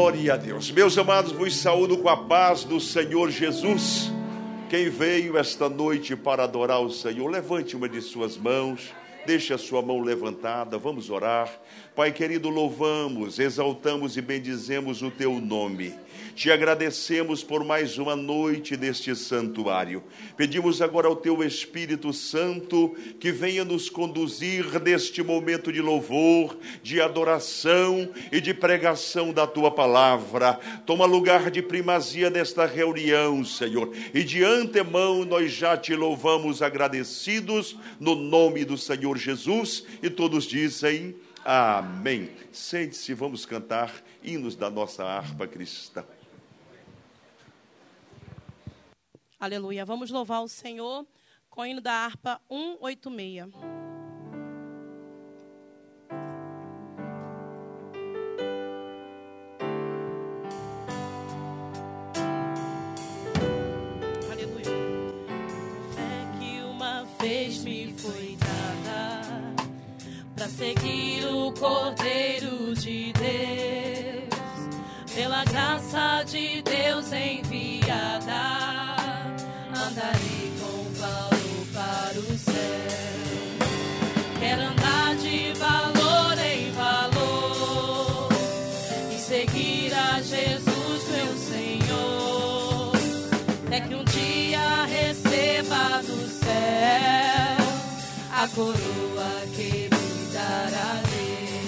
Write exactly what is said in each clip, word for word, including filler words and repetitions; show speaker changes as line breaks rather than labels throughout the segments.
Glória a Deus. Meus amados, vos saúdo com a paz do Senhor Jesus. Quem veio esta noite para adorar o Senhor, levante uma de suas mãos, deixe a sua mão levantada, vamos orar. Pai querido, louvamos, exaltamos e bendizemos o teu nome. Te agradecemos por mais uma noite neste santuário. Pedimos agora ao teu Espírito Santo que venha nos conduzir neste momento de louvor, de adoração e de pregação da tua palavra. Toma lugar de primazia nesta reunião, Senhor. E de antemão nós já te louvamos agradecidos no nome do Senhor Jesus. E todos dizem amém. Sente-se, vamos cantar hinos da nossa harpa cristã.
Aleluia. Vamos louvar o Senhor com o hino da harpa cento e oitenta e seis. Aleluia.
Fé que uma vez me foi dada para seguir o Cordeiro de Deus, pela graça de Deus enviada. Andarei com valor para o céu. Quero andar de valor em valor e seguir a Jesus, meu Senhor. Até que um dia receba do céu a coroa que me dará Deus.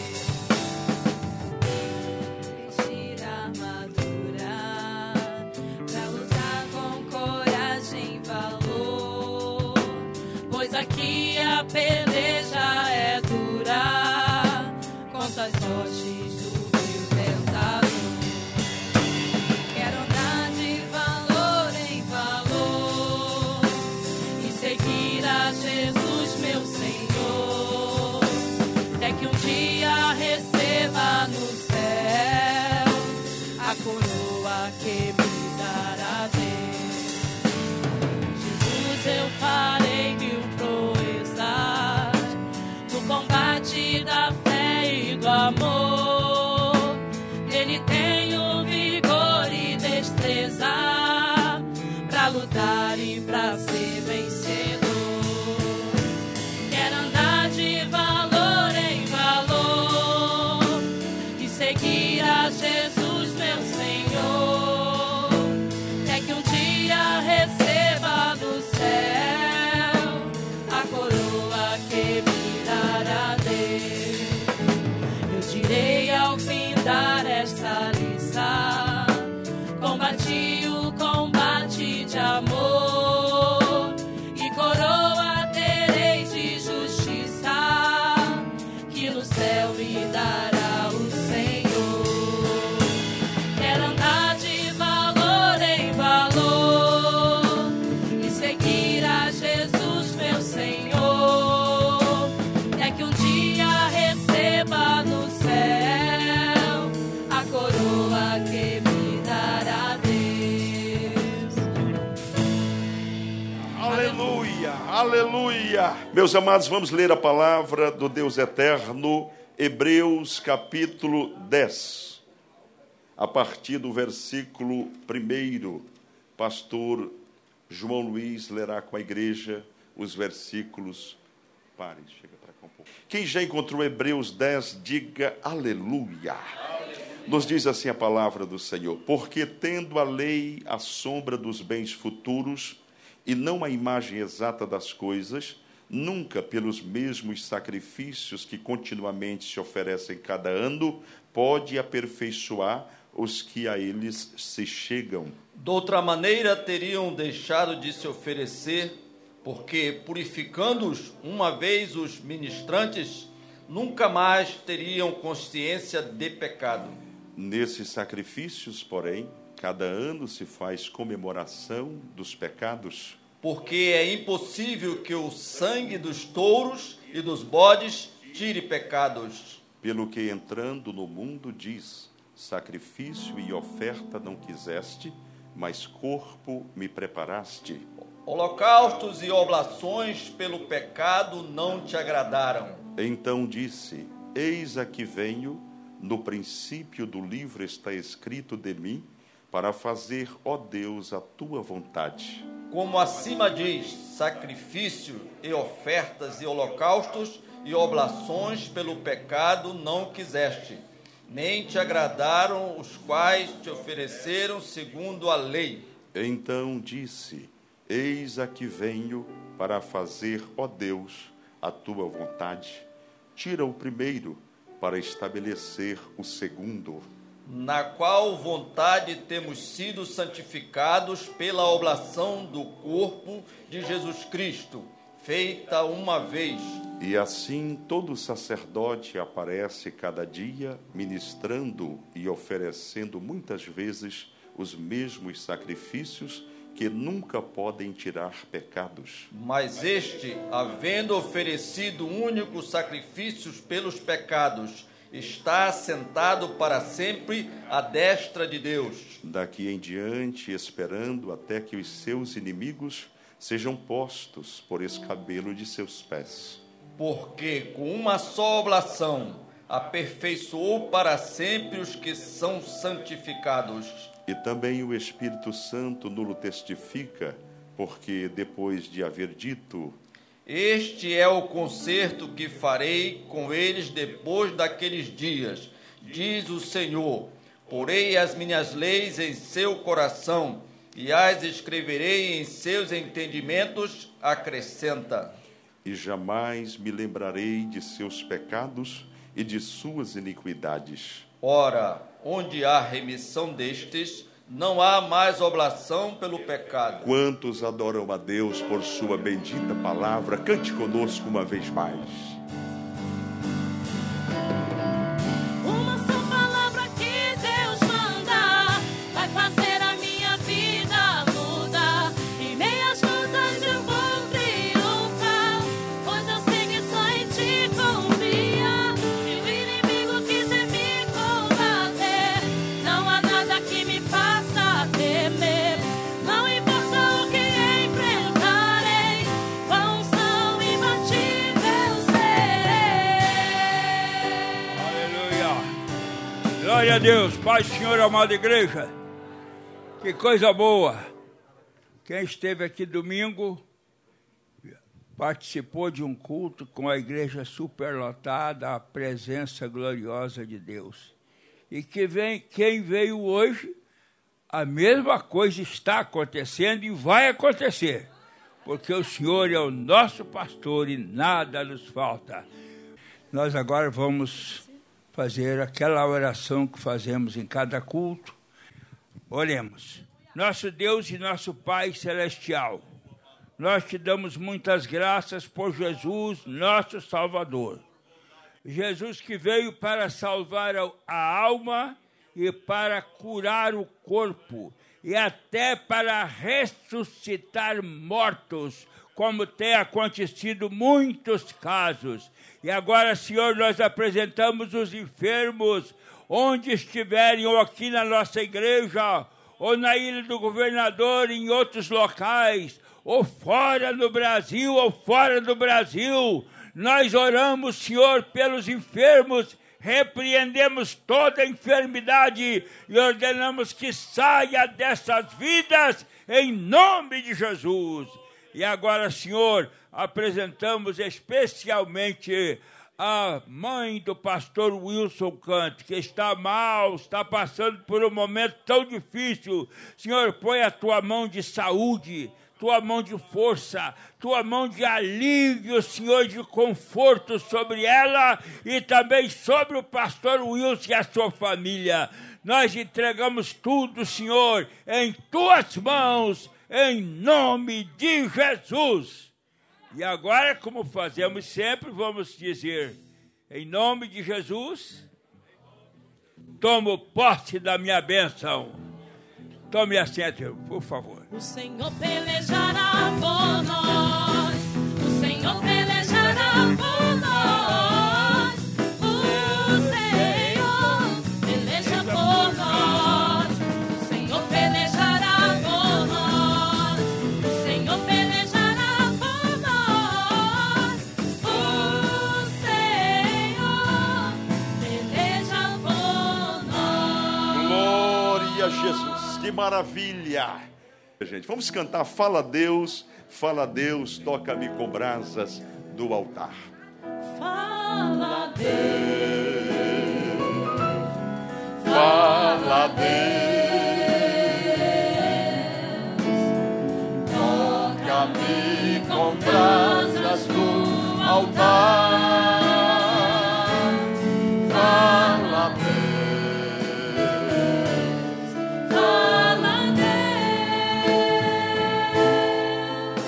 Vestir a armadura pra lutar com coragem e valor, pois aqui a peleja é dura contra as hostes do meu tentador. Quero andar de valor em valor e seguir a Jesus, meu Senhor, até que um dia receba no céu a coroa que me dará Deus. Jesus, eu farei mil proezas no combate da fé e do amor. Nele tenho vigor e destreza pra lutar e pra ser vencedor. Quero andar de valor em valor e seguir a Jesus, meu Senhor, até que um dia receba do céu a coroa que me dará Deus. Eu direi ao findar esta lição, combati o combate de amor e coroa terei de justiça que no céu me dará o Senhor. Quero andar de valor em valor e seguir a Jesus, meu Senhor, até que um dia receba no céu a coroa que me dará Deus.
Aleluia, aleluia. Meus amados, vamos ler a palavra do Deus eterno, Hebreus capítulo dez. A partir do versículo primeiro, pastor João Luiz lerá com a igreja os versículos. Pare, chega para cá um pouco. Quem já encontrou Hebreus dez, diga aleluia. Nos diz assim a palavra do Senhor: porque tendo a lei a sombra dos bens futuros e não a imagem exata das coisas, nunca pelos mesmos sacrifícios que continuamente se oferecem cada ano, pode aperfeiçoar os que a eles se chegam.
Doutra maneira teriam deixado de se oferecer, porque, purificando-os uma vez os ministrantes, nunca mais teriam consciência de pecado.
Nesses sacrifícios, porém, cada ano se faz comemoração dos pecados.
Porque é impossível que o sangue dos touros e dos bodes tire pecados.
Pelo que, entrando no mundo, diz: sacrifício e oferta não quiseste, mas corpo me preparaste.
Holocaustos e oblações pelo pecado não te agradaram.
Então disse: eis aqui venho, No princípio do livro está escrito de mim, para fazer, ó Deus, a tua vontade.
Como acima diz, sacrifício e ofertas e holocaustos e oblações pelo pecado não quiseste, nem te agradaram os quais te ofereceram segundo a lei.
Então disse, eis aqui venho para fazer, ó Deus, a tua vontade. Tira o primeiro para estabelecer o segundo.
Na qual vontade temos sido santificados pela oblação do corpo de Jesus Cristo, feita uma vez.
E assim todo sacerdote aparece cada dia, ministrando e oferecendo muitas vezes os mesmos sacrifícios que nunca podem tirar pecados.
Mas este, havendo oferecido únicos sacrifícios pelos pecados, está assentado para sempre à destra de Deus.
Daqui em diante, esperando até que os seus inimigos sejam postos por escabelo de seus pés.
Porque com uma só oblação aperfeiçoou para sempre os que são santificados.
E também o Espírito Santo nulo testifica, porque depois de haver dito:
este é o concerto que farei com eles depois daqueles dias, diz o Senhor. Porei as minhas leis em seu coração e as escreverei em seus entendimentos, acrescenta.
E jamais me lembrarei de seus pecados e de suas iniquidades.
Ora, onde há remissão destes, não há mais oblação pelo pecado.
Quantos adoram a Deus por sua bendita palavra? Cante conosco uma vez mais.
Uma só palavra que Deus manda vai fazer a minha vida mudar. Em meias lutas eu vou triunfar, pois eu sei que só em ti confia. Se o inimigo quiser me combater, não há nada que me faça temer. Não importa o que enfrentarei, com unção imbatível serei.
Aleluia. Glória a Deus. Pai, Senhor, amada igreja. Que coisa boa. Quem esteve aqui domingo participou de um culto com a igreja superlotada, a presença gloriosa de Deus. E que vem, quem veio hoje, a mesma coisa está acontecendo e vai acontecer. Porque o Senhor é o nosso pastor e nada nos falta. Nós agora vamos fazer aquela oração que fazemos em cada culto. Oremos. Nosso Deus e nosso Pai Celestial, nós te damos muitas graças por Jesus, nosso Salvador. Jesus que veio para salvar a alma e para curar o corpo e até para ressuscitar mortos, como tem acontecido muitos casos. E agora, Senhor, nós apresentamos os enfermos, onde estiverem, ou aqui na nossa igreja, ou na Ilha do Governador, em outros locais, ou fora do Brasil, ou fora do Brasil. Nós oramos, Senhor, pelos enfermos, repreendemos toda enfermidade e ordenamos que saia dessas vidas, em nome de Jesus. E agora, Senhor, apresentamos especialmente a mãe do pastor Wilson Cante, que está mal, está passando por um momento tão difícil. Senhor, põe a tua mão de saúde, tua mão de força, tua mão de alívio, Senhor, de conforto sobre ela e também sobre o pastor Wilson e a sua família. Nós entregamos tudo, Senhor, em tuas mãos, em nome de Jesus. E agora, como fazemos sempre, vamos dizer, em nome de Jesus, tomo posse da minha bênção. Tome assento, por favor.
O Senhor pelejará por nós, o Senhor pelejará por nós, o Senhor peleja por nós, o Senhor pelejará por nós, o Senhor pelejará por nós, o Senhor peleja por
Glória a Jesus, que maravilha. Gente, vamos cantar Fala a Deus, fala a Deus, toca-me com brasas do altar.
Fala a Deus,
Fala a Deus, toca-me com brasas do altar. Fala a Deus,
fala a Deus,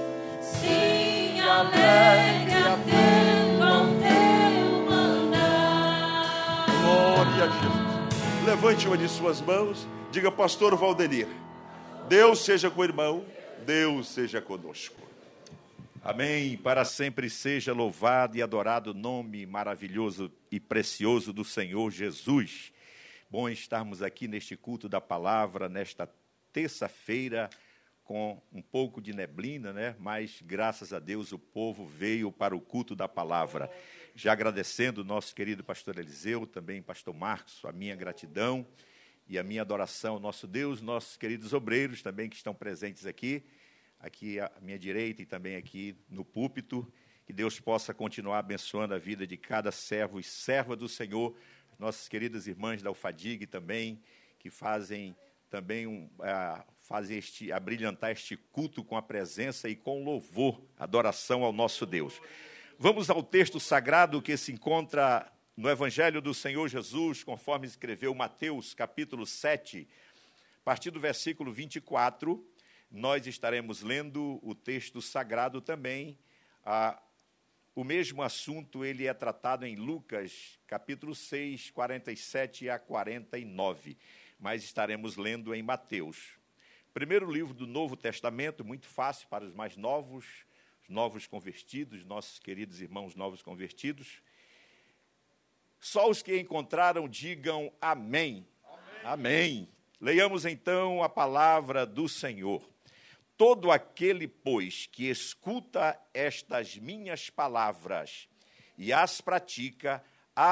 sim, alegre a teu com teu mandar.
glória a Jesus. Levante uma de suas mãos, diga, pastor Valdenir, Deus seja com o irmão, Deus seja conosco.
Amém. Para sempre seja louvado e adorado o nome maravilhoso e precioso do Senhor Jesus. Bom estarmos aqui neste culto da palavra, nesta terça-feira, com um pouco de neblina, né? Mas, graças a Deus, o povo veio para o culto da palavra. Já agradecendo o nosso querido pastor Eliseu, também pastor Marcos, a minha gratidão e a minha adoração ao nosso Deus, nossos queridos obreiros também que estão presentes aqui, aqui à minha direita e também aqui no púlpito, que Deus possa continuar abençoando a vida de cada servo e serva do Senhor, nossas queridas irmãs da Alfadig também, que fazem também um, a, fazem este, a brilhantar este culto com a presença e com louvor, adoração ao nosso Deus. Vamos ao texto sagrado que se encontra no Evangelho do Senhor Jesus, conforme escreveu Mateus, capítulo sete, a partir do versículo vinte e quatro, nós estaremos lendo o texto sagrado também. Ah, o mesmo assunto ele é tratado em Lucas, capítulo seis, quarenta e sete a quarenta e nove, mas estaremos lendo em Mateus. Primeiro livro do Novo Testamento, muito fácil para os mais novos, os novos convertidos, nossos queridos irmãos novos convertidos. Só os que encontraram digam amém. Amém. Amém. Leiamos então a palavra do Senhor. Todo aquele, pois, que escuta estas minhas palavras e as pratica,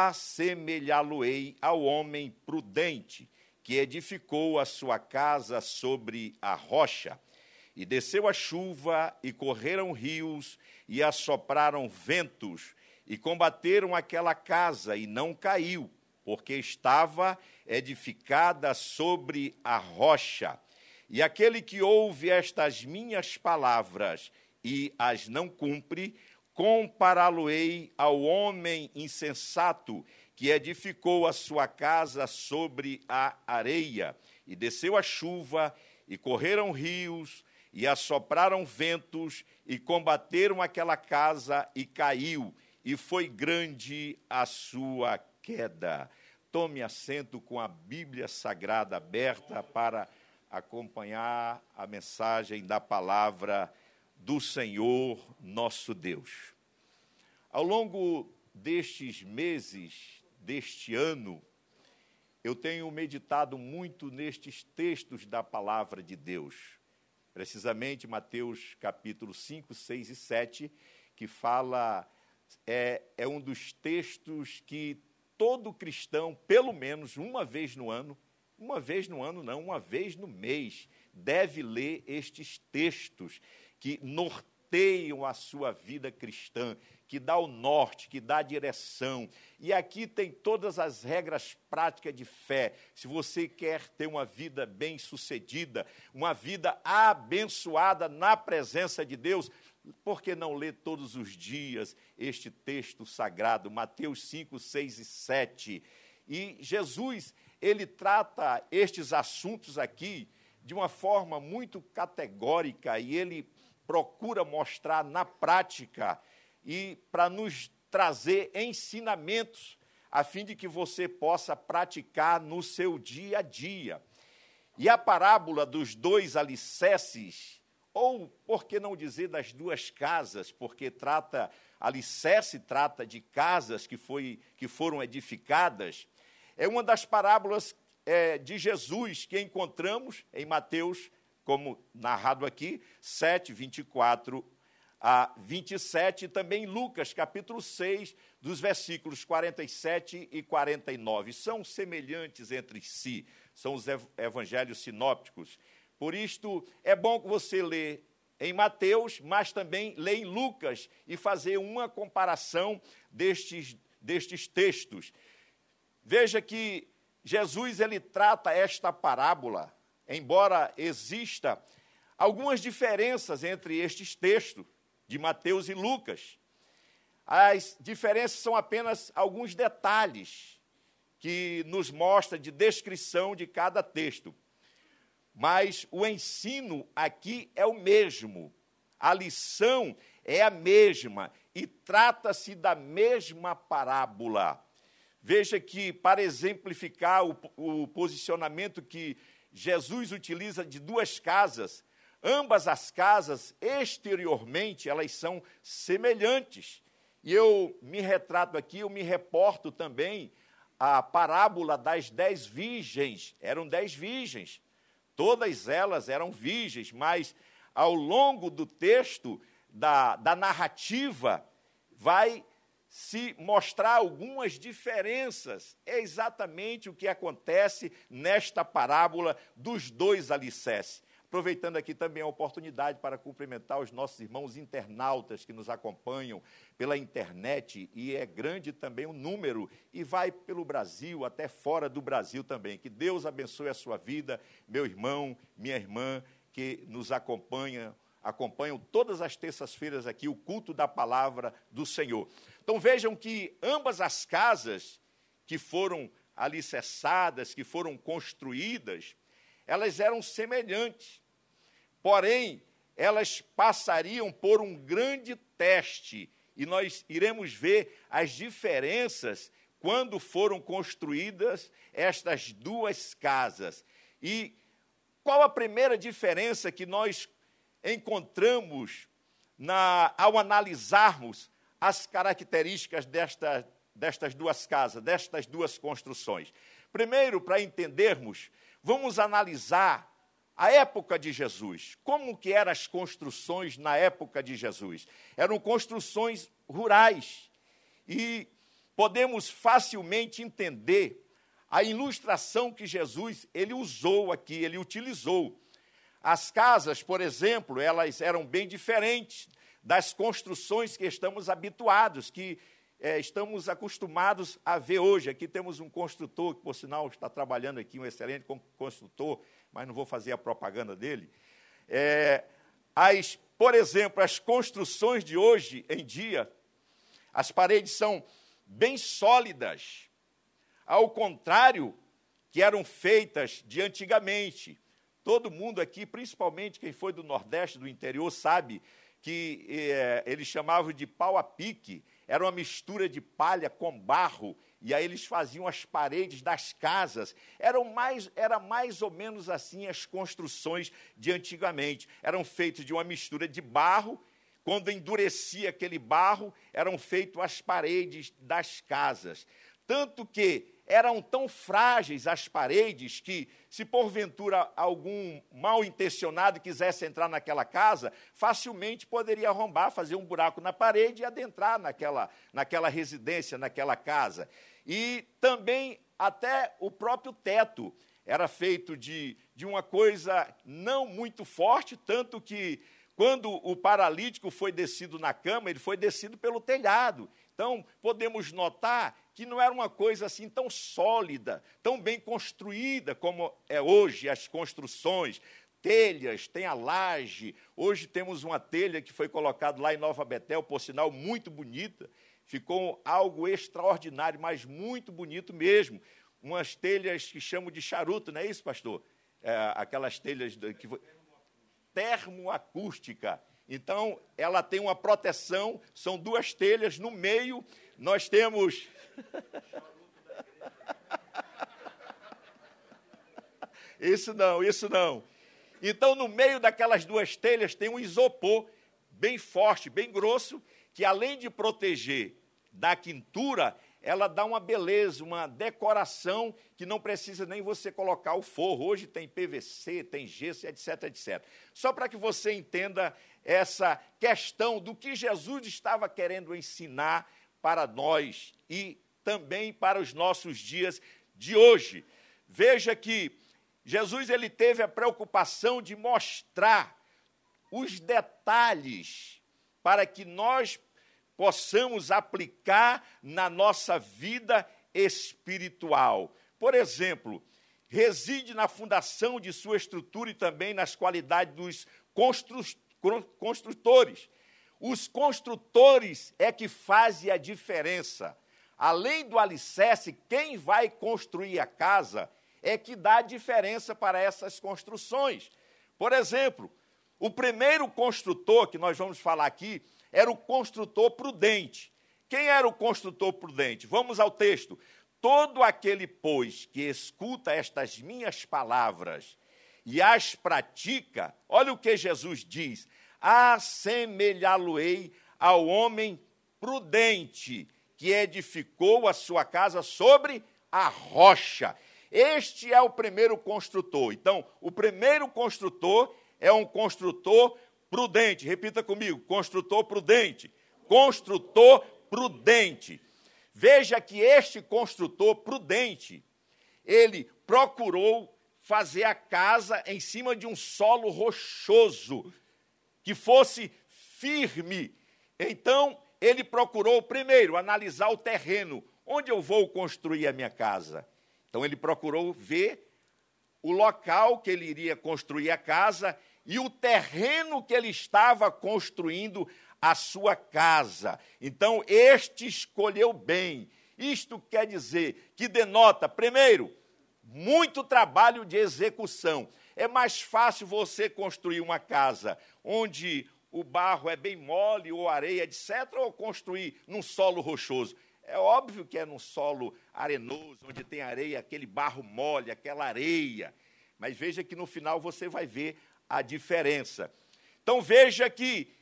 assemelhá-lo-ei ao homem prudente, que edificou a sua casa sobre a rocha. E desceu a chuva, e correram rios, e assopraram ventos, e combateram aquela casa, e não caiu, porque estava edificada sobre a rocha. E aquele que ouve estas minhas palavras e as não cumpre, compará-lo-ei ao homem insensato que edificou a sua casa sobre a areia. E desceu a chuva, e correram rios, e assopraram ventos, e combateram aquela casa, e caiu, e foi grande a sua queda. Tome assento com a Bíblia Sagrada aberta para acompanhar a mensagem da palavra do Senhor nosso Deus. Ao longo destes meses, deste ano, eu tenho meditado muito nestes textos da palavra de Deus, precisamente Mateus capítulo cinco, seis e sete, que fala, é, é um dos textos que todo cristão, pelo menos uma vez no ano, uma vez no ano não, uma vez no mês, deve ler estes textos que norteiam a sua vida cristã, que dá o norte, que dá a direção. E aqui tem todas as regras práticas de fé. Se você quer ter uma vida bem-sucedida, uma vida abençoada na presença de Deus, por que não ler todos os dias este texto sagrado, Mateus cinco, seis e sete? E Jesus, ele trata estes assuntos aqui de uma forma muito categórica e ele procura mostrar na prática e para nos trazer ensinamentos a fim de que você possa praticar no seu dia a dia. E a parábola dos dois alicerces, ou por que não dizer das duas casas, porque trata, alicerce trata de casas que, foi, que foram edificadas, é uma das parábolas é, de Jesus que encontramos em Mateus, como narrado aqui, sete, vinte e quatro a vinte e sete, e também Lucas, capítulo seis, dos versículos quarenta e sete e quarenta e nove. São semelhantes entre si, são os evangelhos sinópticos. Por isto, é bom que você lê em Mateus, mas também lê em Lucas e fazer uma comparação destes, destes textos. Veja que Jesus ele trata esta parábola, embora exista algumas diferenças entre estes textos de Mateus e Lucas. As diferenças são apenas alguns detalhes que nos mostram de descrição de cada texto. Mas o ensino aqui é o mesmo, a lição é a mesma e trata-se da mesma parábola. Veja que, para exemplificar o, o posicionamento que Jesus utiliza de duas casas, ambas as casas, exteriormente, elas são semelhantes. E eu me retrato aqui, eu me reporto também à parábola das dez virgens. Eram dez virgens. Todas elas eram virgens, mas ao longo do texto, da, da narrativa, vai se mostrar algumas diferenças. É exatamente o que acontece nesta parábola dos dois alicerces. Aproveitando aqui também a oportunidade para cumprimentar os nossos irmãos internautas que nos acompanham pela internet, e é grande também o número, e vai pelo Brasil, até fora do Brasil também. Que Deus abençoe a sua vida, meu irmão, minha irmã, que nos acompanha, acompanham todas as terças-feiras aqui o culto da palavra do Senhor. Então vejam que ambas as casas que foram alicerçadas, que foram construídas, elas eram semelhantes, porém, elas passariam por um grande teste, e nós iremos ver as diferenças quando foram construídas estas duas casas. E qual a primeira diferença que nós encontramos na, ao analisarmos as características desta, destas duas casas, destas duas construções? Primeiro, para entendermos, vamos analisar a época de Jesus. Como que eram as construções na época de Jesus? Eram construções rurais. E podemos facilmente entender a ilustração que Jesus ele usou aqui, ele utilizou. As casas, por exemplo, elas eram bem diferentes das construções que estamos habituados, que É, estamos acostumados a ver hoje. Aqui temos um construtor, que, por sinal, está trabalhando aqui, um excelente construtor, mas não vou fazer a propaganda dele. É, as, por exemplo, as construções de hoje em dia, as paredes são bem sólidas, ao contrário que eram feitas de antigamente. Todo mundo aqui, principalmente quem foi do Nordeste, do interior, sabe que é, eles chamavam de pau a pique. Era uma mistura de palha com barro, e aí eles faziam as paredes das casas. Eram mais, era mais ou menos assim as construções de antigamente. Eram feitas de uma mistura de barro. Quando endurecia aquele barro, eram feitas as paredes das casas. Tanto que eram tão frágeis as paredes que, se porventura algum mal-intencionado quisesse entrar naquela casa, facilmente poderia arrombar, fazer um buraco na parede e adentrar naquela, naquela residência, naquela casa. E também até o próprio teto era feito de, de uma coisa não muito forte, tanto que, quando o paralítico foi descido na cama, ele foi descido pelo telhado. Então, podemos notar que não era uma coisa assim tão sólida, tão bem construída como é hoje as construções. Telhas, tem a laje. Hoje temos uma telha que foi colocada lá em Nova Betel, por sinal, muito bonita. Ficou algo extraordinário, mas muito bonito mesmo. Umas telhas que chamam de charuto, não é isso, pastor? É, aquelas telhas que foi... termoacústica. Então, ela tem uma proteção, são duas telhas, no meio nós temos... Isso não, isso não. Então, no meio daquelas duas telhas tem um isopor bem forte, bem grosso, que além de proteger da quintura, ela dá uma beleza, uma decoração que não precisa nem você colocar o forro. Hoje tem P V C, tem gesso, etc, etcétera. Só para que você entenda essa questão do que Jesus estava querendo ensinar para nós e também para os nossos dias de hoje. Veja que Jesus ele teve a preocupação de mostrar os detalhes para que nós possamos aplicar na nossa vida espiritual. Por exemplo, reside na fundação de sua estrutura e também nas qualidades dos constru- construtores. Os construtores é que fazem a diferença. Além do alicerce, quem vai construir a casa é que dá a diferença para essas construções. Por exemplo, o primeiro construtor que nós vamos falar aqui era o construtor prudente. Quem era o construtor prudente? Vamos ao texto. Todo aquele, pois, que escuta estas minhas palavras e as pratica, olha o que Jesus diz, assemelhá-lo-ei ao homem prudente, que edificou a sua casa sobre a rocha. Este é o primeiro construtor. Então, o primeiro construtor é um construtor prudente. Repita comigo, construtor prudente. Construtor prudente. Veja que este construtor prudente, ele procurou fazer a casa em cima de um solo rochoso, que fosse firme. Então, ele procurou primeiro analisar o terreno. Onde eu vou construir a minha casa? Então, ele procurou ver o local que ele iria construir a casa e o terreno que ele estava construindo a sua casa. Então, este escolheu bem. Isto quer dizer que denota, primeiro, muito trabalho de execução. É mais fácil você construir uma casa onde o barro é bem mole, ou areia, etcétera, ou construir num solo rochoso. É óbvio que é num solo arenoso, onde tem areia, aquele barro mole, aquela areia. Mas veja que no final você vai ver a diferença. Então veja que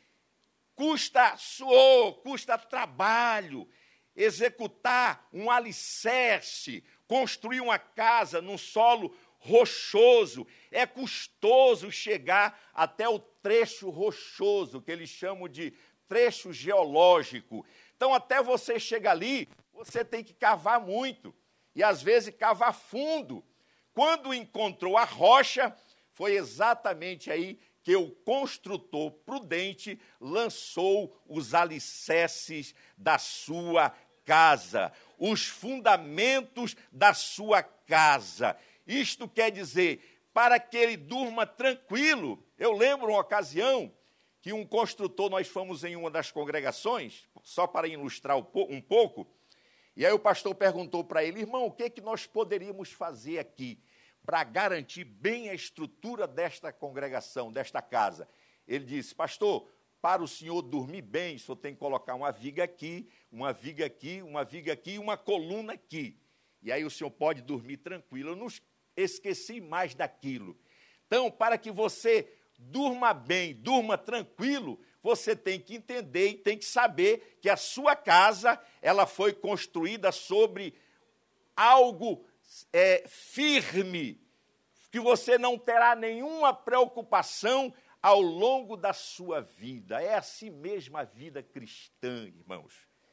custa suor, custa trabalho executar um alicerce, construir uma casa num solo rochoso. É custoso chegar até o trecho rochoso, que eles chamam de trecho geológico. Então, até você chegar ali, você tem que cavar muito, e às vezes cavar fundo. Quando encontrou a rocha, foi exatamente aí que o construtor prudente lançou os alicerces da sua casa, os fundamentos da sua casa. Isto quer dizer, para que ele durma tranquilo. Eu lembro uma ocasião que um construtor, nós fomos em uma das congregações, só para ilustrar um pouco, e aí o pastor perguntou para ele, irmão, o que é que nós poderíamos fazer aqui para garantir bem a estrutura desta congregação, desta casa? Ele disse, pastor, para o senhor dormir bem, o senhor tem que colocar uma viga aqui, uma viga aqui, uma viga aqui e uma coluna aqui. E aí o senhor pode dormir tranquilo. Eu não esqueci mais daquilo. Então, para que você durma bem, durma tranquilo, você tem que entender e tem que saber que a sua casa, ela foi construída sobre algo é, firme, que você não terá nenhuma preocupação ao longo da sua vida. É assim mesmo a vida cristã, irmãos.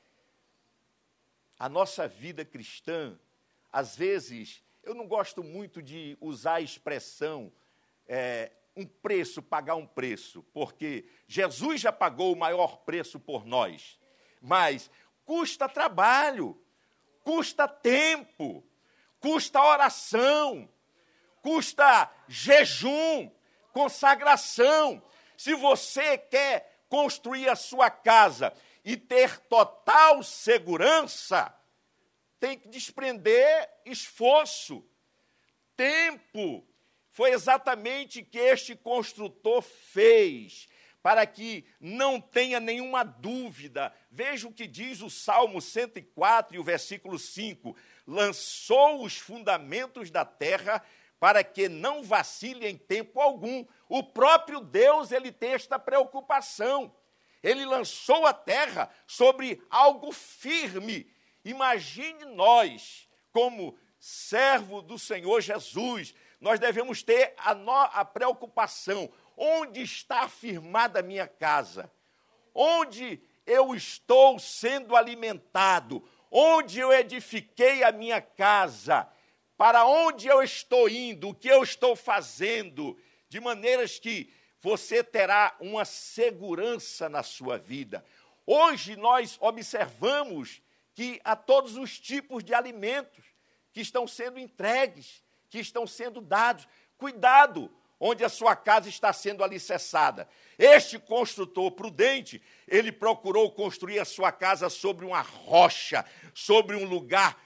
A nossa vida cristã, às vezes, eu não gosto muito de usar a expressão é, um preço, pagar um preço, porque Jesus já pagou o maior preço por nós, mas custa trabalho, custa tempo, custa oração, custa jejum, consagração. Se você quer construir a sua casa e ter total segurança, tem que desprender esforço, tempo. Foi exatamente o que este construtor fez, para que não tenha nenhuma dúvida. Veja o que diz o Salmo cento e quatro e o versículo cinco. Lançou os fundamentos da terra para que não vacile em tempo algum. O próprio Deus, ele tem esta preocupação. Ele lançou a terra sobre algo firme. Imagine nós, como servo do Senhor Jesus, nós devemos ter a, no, a preocupação, onde está firmada a minha casa? Onde eu estou sendo alimentado? Onde eu edifiquei a minha casa? Para onde eu estou indo? O que eu estou fazendo? De maneiras que você terá uma segurança na sua vida. Hoje nós observamos que há todos os tipos de alimentos que estão sendo entregues, que estão sendo dados. Cuidado onde a sua casa está sendo alicerçada. Este construtor prudente, ele procurou construir a sua casa sobre uma rocha, sobre um lugar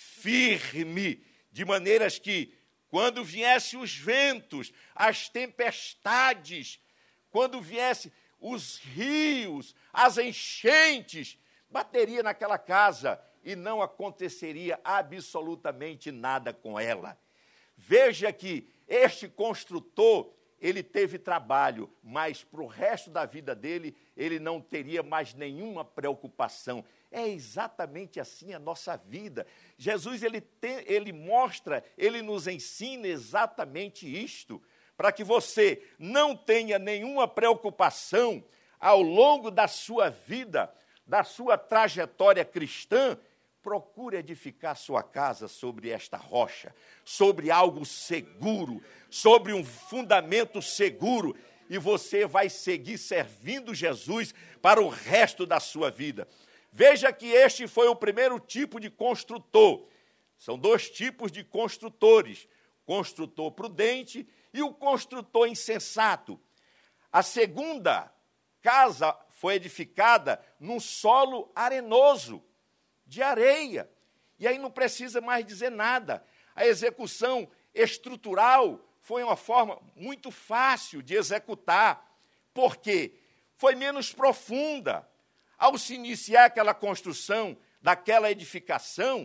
firme, de maneiras que, quando viessem os ventos, as tempestades, quando viessem os rios, as enchentes, bateria naquela casa e não aconteceria absolutamente nada com ela. Veja que este construtor, ele teve trabalho, mas para o resto da vida dele, ele não teria mais nenhuma preocupação. É exatamente assim a nossa vida. Jesus, ele, tem, ele mostra, ele nos ensina exatamente isto, para que você não tenha nenhuma preocupação ao longo da sua vida, da sua trajetória cristã. Procure edificar sua casa sobre esta rocha, sobre algo seguro, sobre um fundamento seguro, e você vai seguir servindo Jesus para o resto da sua vida. Veja que este foi o primeiro tipo de construtor. São dois tipos de construtores, construtor prudente e o construtor insensato. A segunda casa foi edificada num solo arenoso, de areia. E aí não precisa mais dizer nada. A execução estrutural foi uma forma muito fácil de executar. Por quê? Foi menos profunda. Ao se iniciar aquela construção, daquela edificação,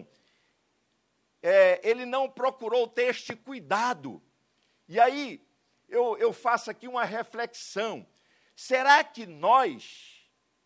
é, ele não procurou ter este cuidado. E aí, eu, eu faço aqui uma reflexão. Será que nós,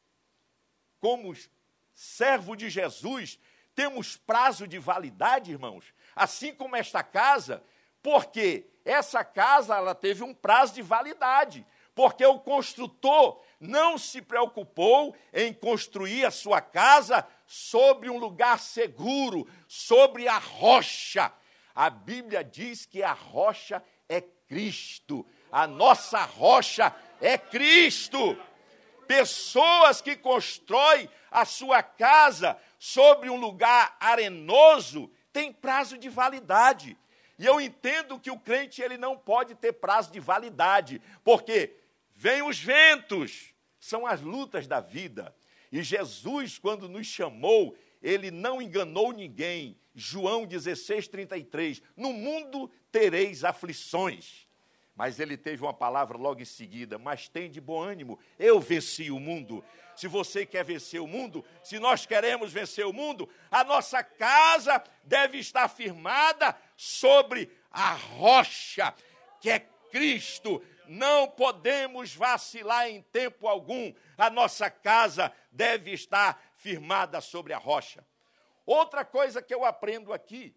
como servo de Jesus, temos prazo de validade, irmãos? Assim como esta casa, porque essa casa ela teve um prazo de validade, porque o construtor não se preocupou em construir a sua casa sobre um lugar seguro, sobre a rocha. A Bíblia diz que a rocha é Cristo, a nossa rocha é Cristo. Pessoas que constroem a sua casa sobre um lugar arenoso têm prazo de validade. E eu entendo que o crente ele não pode ter prazo de validade, porque vêm os ventos, são as lutas da vida. E Jesus, quando nos chamou, ele não enganou ninguém. João dezesseis, trinta e três, no mundo tereis aflições. Mas ele teve uma palavra logo em seguida, mas tem de bom ânimo, eu venci o mundo. Se você quer vencer o mundo, se nós queremos vencer o mundo, a nossa casa deve estar firmada sobre a rocha, que é Cristo. Não podemos vacilar em tempo algum, a nossa casa deve estar firmada sobre a rocha. Outra coisa que eu aprendo aqui,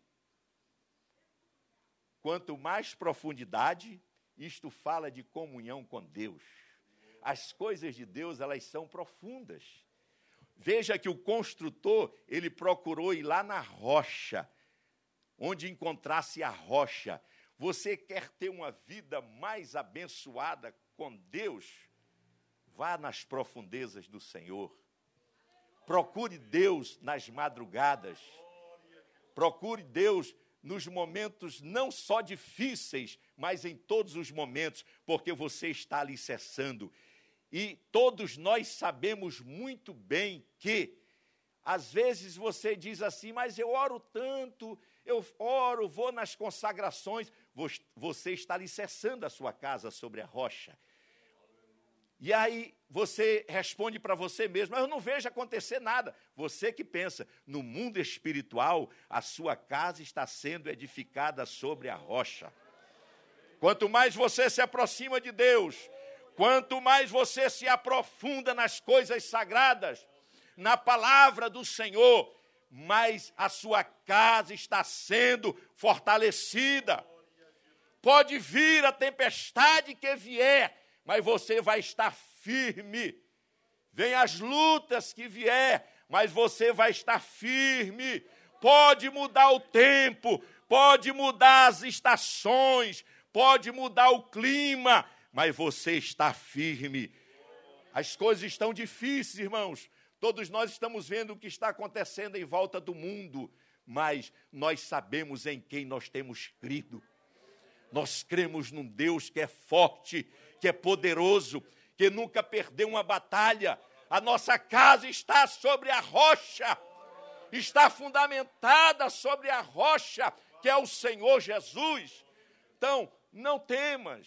quanto mais profundidade, isto fala de comunhão com Deus. As coisas de Deus, elas são profundas. Veja que o construtor, ele procurou ir lá na rocha, onde encontrasse a rocha. Você quer ter uma vida mais abençoada com Deus? Vá nas profundezas do Senhor. Procure Deus nas madrugadas. Procure Deus nos momentos não só difíceis, mas em todos os momentos, porque você está alicerçando. E todos nós sabemos muito bem que, às vezes você diz assim, mas eu oro tanto, eu oro, vou nas consagrações. Você está alicerçando a sua casa sobre a rocha. E aí você responde para você mesmo, mas eu não vejo acontecer nada. Você que pensa, no mundo espiritual, a sua casa está sendo edificada sobre a rocha. Quanto mais você se aproxima de Deus, quanto mais você se aprofunda nas coisas sagradas, na palavra do Senhor, mas a sua casa está sendo fortalecida. Pode vir a tempestade que vier, mas você vai estar firme. Vem as lutas que vier, mas você vai estar firme. Pode mudar o tempo, pode mudar as estações, pode mudar o clima, mas você está firme. As coisas estão difíceis, irmãos. Todos nós estamos vendo o que está acontecendo em volta do mundo, mas nós sabemos em quem nós temos crido. Nós cremos num Deus que é forte, que é poderoso, que nunca perdeu uma batalha. A nossa casa está sobre a rocha, está fundamentada sobre a rocha, que é o Senhor Jesus. Então, não temas,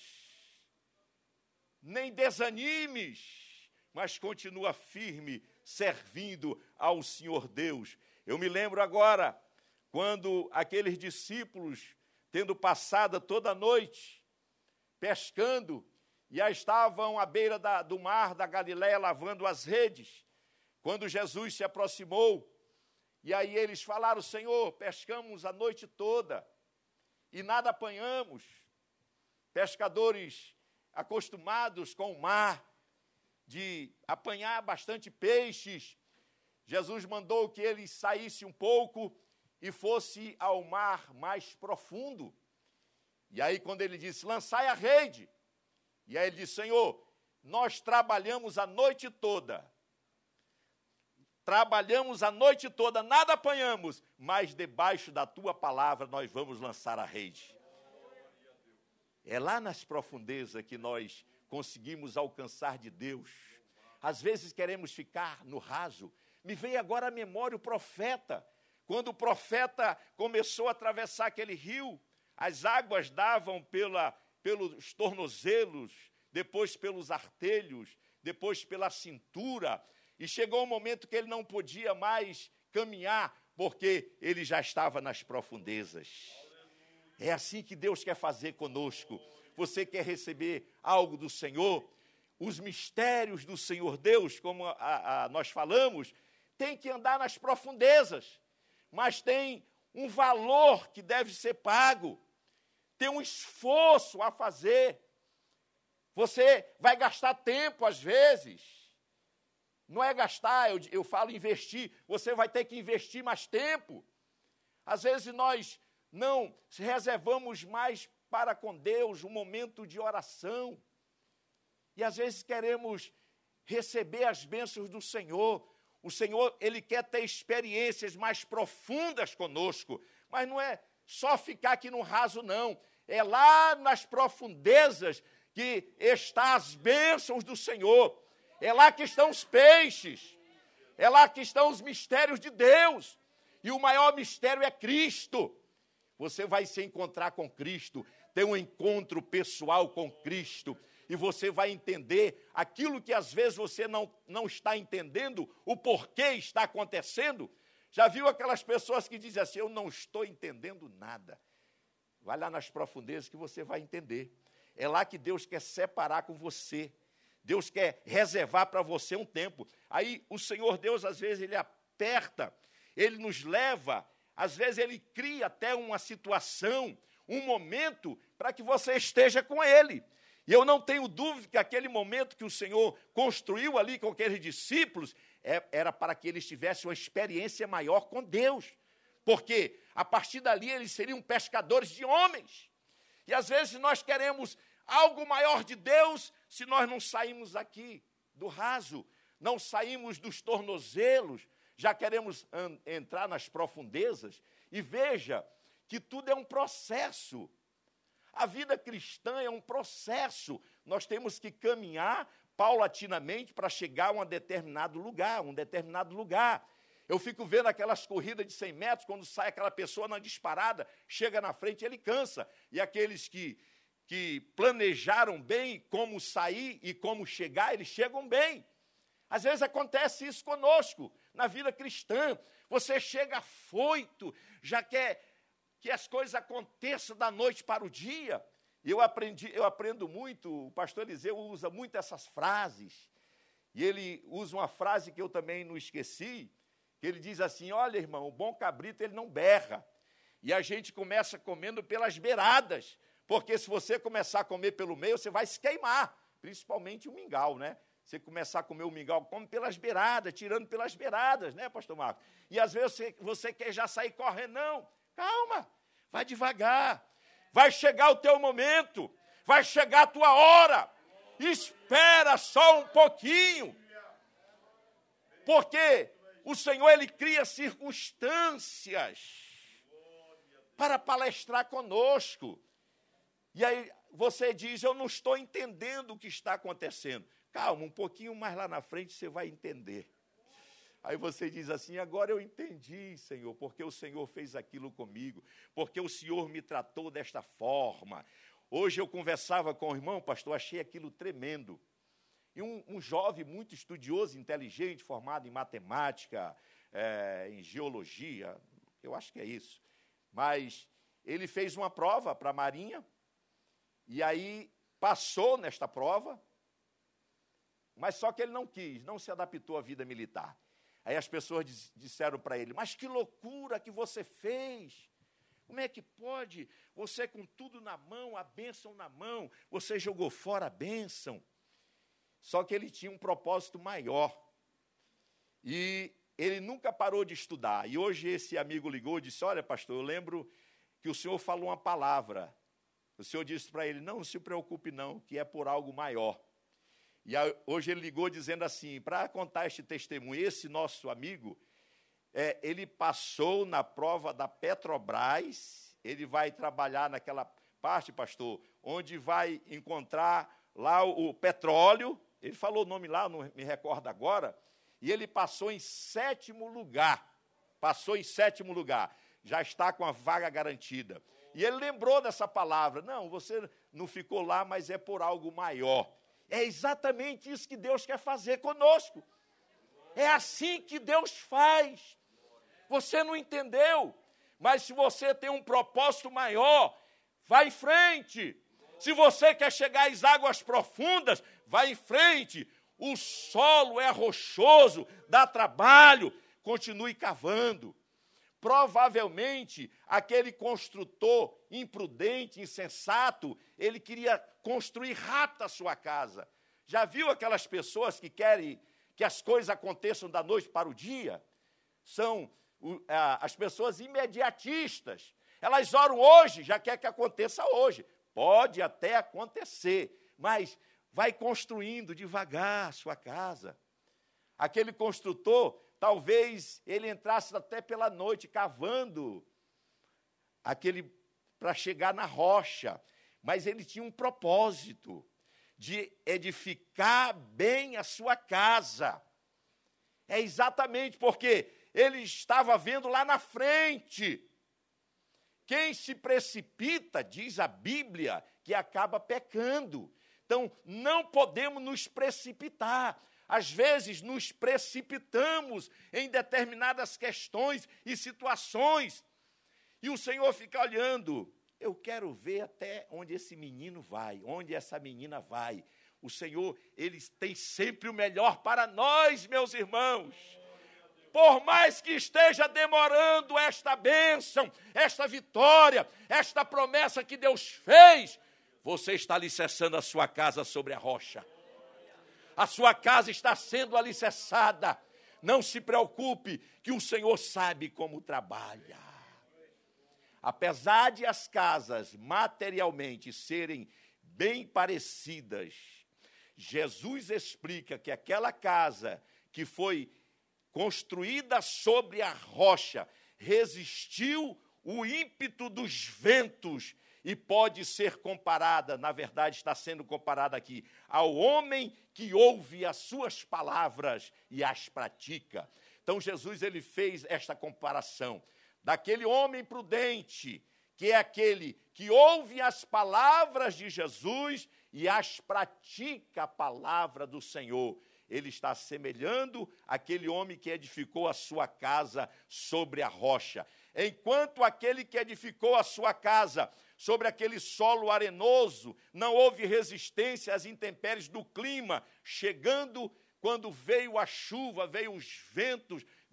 nem desanimes, mas continua firme, servindo ao Senhor Deus. Eu me lembro agora, quando aqueles discípulos, tendo passado toda a noite, pescando, e já estavam à beira da, do mar da Galileia, lavando as redes, quando Jesus se aproximou, e aí eles falaram: Senhor, pescamos a noite toda, e nada apanhamos. Pescadores acostumados com o mar, de apanhar bastante peixes, Jesus mandou que eles saíssem um pouco e fosse ao mar mais profundo. E aí quando ele disse: lançai a rede, e aí ele disse: Senhor, nós trabalhamos a noite toda, trabalhamos a noite toda, nada apanhamos, mas debaixo da tua palavra nós vamos lançar a rede. É lá nas profundezas que nós conseguimos alcançar de Deus. Às vezes queremos ficar no raso. Me veio agora à memória o profeta. Quando o profeta começou a atravessar aquele rio, as águas davam pela, pelos tornozelos, depois pelos artelhos, depois pela cintura, e chegou um momento que ele não podia mais caminhar, porque ele já estava nas profundezas. É assim que Deus quer fazer conosco. Você quer receber algo do Senhor? Os mistérios do Senhor Deus, como a, a, nós falamos, tem que andar nas profundezas, mas tem um valor que deve ser pago, tem um esforço a fazer. Você vai gastar tempo às vezes, não é gastar, eu, eu falo investir, você vai ter que investir mais tempo. Às vezes nós não reservamos mais para com Deus um momento de oração, e às vezes queremos receber as bênçãos do Senhor. O Senhor, Ele quer ter experiências mais profundas conosco, mas não é só ficar aqui no raso, não. É lá nas profundezas que estão as bênçãos do Senhor. É lá que estão os peixes. É lá que estão os mistérios de Deus. E o maior mistério é Cristo. Você vai se encontrar com Cristo, ter um encontro pessoal com Cristo, e você vai entender aquilo que às vezes você não, não está entendendo, o porquê está acontecendo. Já viu aquelas pessoas que dizem assim: eu não estou entendendo nada? Vai lá nas profundezas que você vai entender. É lá que Deus quer separar com você. Deus quer reservar para você um tempo. Aí o Senhor Deus, às vezes, Ele aperta, Ele nos leva, às vezes Ele cria até uma situação, um momento para que você esteja com Ele. E eu não tenho dúvida que aquele momento que o Senhor construiu ali com aqueles discípulos era para que eles tivessem uma experiência maior com Deus. Porque a partir dali eles seriam pescadores de homens. E às vezes nós queremos algo maior de Deus se nós não saímos aqui do raso, não saímos dos tornozelos, já queremos entrar nas profundezas. E veja que tudo é um processo. A vida cristã é um processo. Nós temos que caminhar paulatinamente para chegar a um determinado lugar, um determinado lugar. Eu fico vendo aquelas corridas de cem metros, quando sai aquela pessoa na disparada, chega na frente e ele cansa. E aqueles que, que planejaram bem como sair e como chegar, eles chegam bem. Às vezes acontece isso conosco, na vida cristã. Você chega afoito, já quer que as coisas aconteçam da noite para o dia. E eu aprendi, eu aprendo muito, o pastor Eliseu usa muito essas frases. E ele usa uma frase que eu também não esqueci, que que ele diz assim, olha, irmão, o bom cabrito, ele não berra. E a gente começa comendo pelas beiradas, porque se você começar a comer pelo meio, você vai se queimar, principalmente o mingau, né? Você começar a comer o mingau, come pelas beiradas, tirando pelas beiradas, né, pastor Marcos? E às vezes você, você quer já sair correndo, não, calma, vai devagar, vai chegar o teu momento, vai chegar a tua hora, espera só um pouquinho, porque o Senhor, Ele cria circunstâncias para palestrar conosco. E aí você diz, eu não estou entendendo o que está acontecendo. Calma, um pouquinho mais lá na frente você vai entender. Aí você diz assim, agora eu entendi, Senhor, porque o Senhor fez aquilo comigo, porque o Senhor me tratou desta forma. Hoje eu conversava com o irmão, pastor, achei aquilo tremendo. E um, um jovem muito estudioso, inteligente, formado em matemática, é, em geologia, eu acho que é isso. Mas ele fez uma prova para a Marinha, e aí passou nesta prova, mas só que ele não quis, não se adaptou à vida militar. Aí as pessoas diz, disseram para ele, mas que loucura que você fez! Como é que pode? Você com tudo na mão, a bênção na mão, você jogou fora a bênção. Só que ele tinha um propósito maior. E ele nunca parou de estudar. E hoje esse amigo ligou e disse, olha, pastor, eu lembro que o senhor falou uma palavra. O senhor disse para ele, não, não se preocupe não, que é por algo maior. E hoje ele ligou dizendo assim, para contar este testemunho, esse nosso amigo, é, ele passou na prova da Petrobras, ele vai trabalhar naquela parte, pastor, onde vai encontrar lá o, o petróleo, ele falou o nome lá, não me recordo agora, e ele passou em sétimo lugar, passou em sétimo lugar, já está com a vaga garantida. E ele lembrou dessa palavra, não, você não ficou lá, mas é por algo maior. É exatamente isso que Deus quer fazer conosco. É assim que Deus faz. Você não entendeu, mas se você tem um propósito maior, vá em frente. Se você quer chegar às águas profundas, vá em frente. O solo é rochoso, dá trabalho, continue cavando. Provavelmente, aquele construtor imprudente, insensato, ele queria construir rápido a sua casa. Já viu aquelas pessoas que querem que as coisas aconteçam da noite para o dia? São uh, as pessoas imediatistas. Elas oram hoje, já quer que aconteça hoje. Pode até acontecer, mas vai construindo devagar a sua casa. Aquele construtor, talvez ele entrasse até pela noite cavando aquele para chegar na rocha, mas ele tinha um propósito de edificar bem a sua casa. É exatamente porque ele estava vendo lá na frente. Quem se precipita, diz a Bíblia, que acaba pecando. Então, não podemos nos precipitar. Às vezes, nos precipitamos em determinadas questões e situações. E o Senhor fica olhando. Eu quero ver até onde esse menino vai, onde essa menina vai. O Senhor, Ele tem sempre o melhor para nós, meus irmãos. Por mais que esteja demorando esta bênção, esta vitória, esta promessa que Deus fez, você está alicerçando a sua casa sobre a rocha. A sua casa está sendo alicerçada. Não se preocupe, que o Senhor sabe como trabalha. Apesar de as casas materialmente serem bem parecidas, Jesus explica que aquela casa que foi construída sobre a rocha resistiu o ímpeto dos ventos e pode ser comparada, na verdade está sendo comparada aqui, ao homem que ouve as suas palavras e as pratica. Então Jesus ele fez esta comparação daquele homem prudente, que é aquele que ouve as palavras de Jesus e as pratica a palavra do Senhor. Ele está assemelhando aquele homem que edificou a sua casa sobre a rocha. Enquanto aquele que edificou a sua casa sobre aquele solo arenoso, não houve resistência às intempéries do clima, chegando quando veio a chuva, veio os ventos,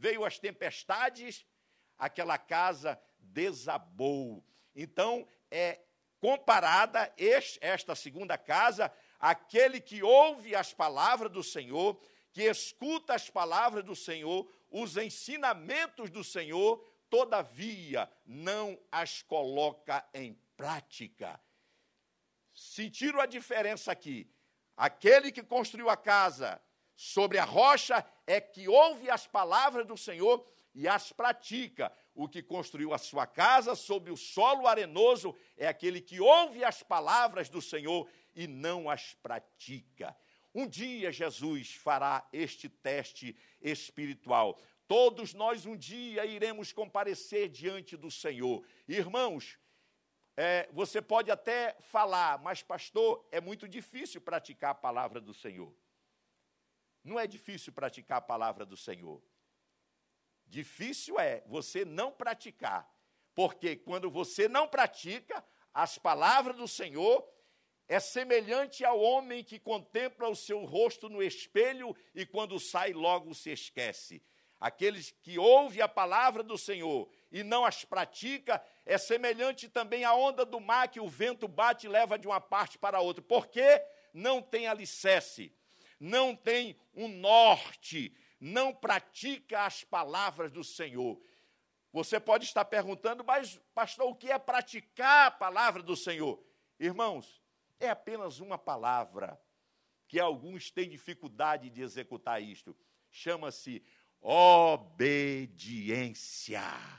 veio as tempestades, aquela casa desabou. Então, é comparada este, esta segunda casa àquele que ouve as palavras do Senhor, que escuta as palavras do Senhor, os ensinamentos do Senhor, todavia não as coloca em prática. Sentiram a diferença aqui? Aquele que construiu a casa sobre a rocha é que ouve as palavras do Senhor e as pratica. O que construiu a sua casa sobre o solo arenoso é aquele que ouve as palavras do Senhor e não as pratica. Um dia Jesus fará este teste espiritual. Todos nós um dia iremos comparecer diante do Senhor. Irmãos, é, você pode até falar, mas pastor, é muito difícil praticar a palavra do Senhor. Não é difícil praticar a palavra do Senhor. Difícil é você não praticar, porque quando você não pratica, as palavras do Senhor é semelhante ao homem que contempla o seu rosto no espelho e quando sai logo se esquece. Aqueles que ouvem a palavra do Senhor e não as pratica, é semelhante também à onda do mar que o vento bate e leva de uma parte para outra, porque não tem alicerce, não tem um norte, não pratica as palavras do Senhor. Você pode estar perguntando, mas pastor, o que é praticar a palavra do Senhor? Irmãos, é apenas uma palavra que alguns têm dificuldade de executar isto. Chama-se obediência.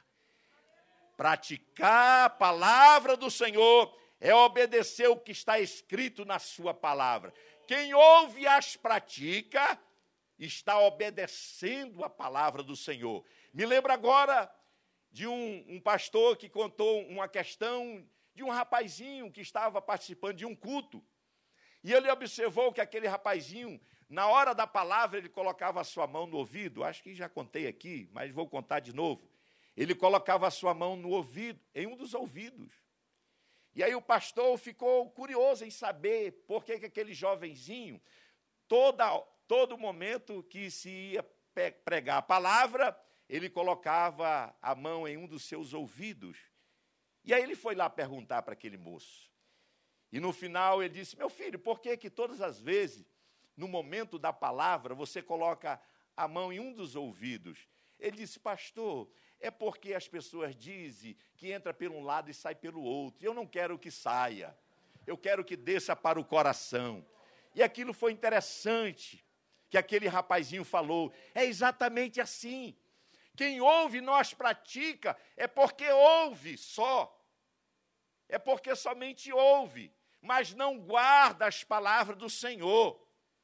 Praticar a palavra do Senhor é obedecer o que está escrito na sua palavra. Quem ouve e as pratica está obedecendo a palavra do Senhor. Me lembro agora de um, um pastor que contou uma questão de um rapazinho que estava participando de um culto. E ele observou que aquele rapazinho, na hora da palavra, ele colocava a sua mão no ouvido. Acho que já contei aqui, mas vou contar de novo. Ele colocava a sua mão no ouvido, em um dos ouvidos. E aí o pastor ficou curioso em saber por que que aquele jovenzinho, toda, todo momento que se ia pregar a palavra, ele colocava a mão em um dos seus ouvidos. E aí ele foi lá perguntar para aquele moço. E no final ele disse, meu filho, por que que todas as vezes, no momento da palavra, você coloca a mão em um dos ouvidos? Ele disse, pastor, é porque as pessoas dizem que entra por um lado e sai pelo outro. Eu não quero que saia, eu quero que desça para o coração. E aquilo foi interessante, que aquele rapazinho falou, é exatamente assim. Quem ouve e não as pratica é porque ouve só. É porque somente ouve, mas não guarda as palavras do Senhor.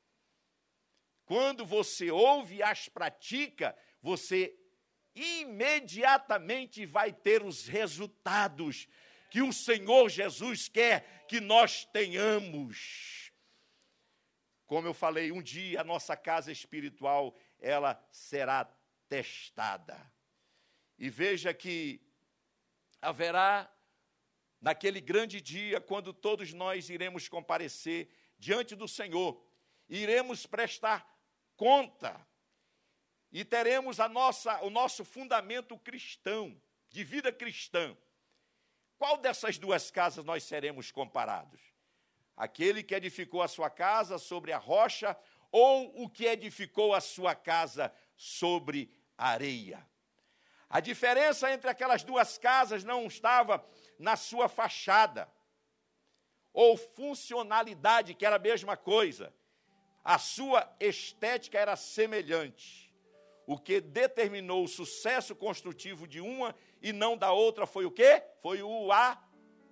Quando você ouve e as pratica, você imediatamente vai ter os resultados que o Senhor Jesus quer que nós tenhamos. Como eu falei, um dia a nossa casa espiritual, ela será testada. E veja que haverá, naquele grande dia, quando todos nós iremos comparecer diante do Senhor, iremos prestar conta e teremos a nossa, o nosso fundamento cristão, de vida cristã. Qual dessas duas casas nós seremos comparados? Aquele que edificou a sua casa sobre a rocha ou o que edificou a sua casa sobre areia? A diferença entre aquelas duas casas não estava na sua fachada ou funcionalidade, que era a mesma coisa. A sua estética era semelhante. O que determinou o sucesso construtivo de uma e não da outra foi o quê? Foi o a.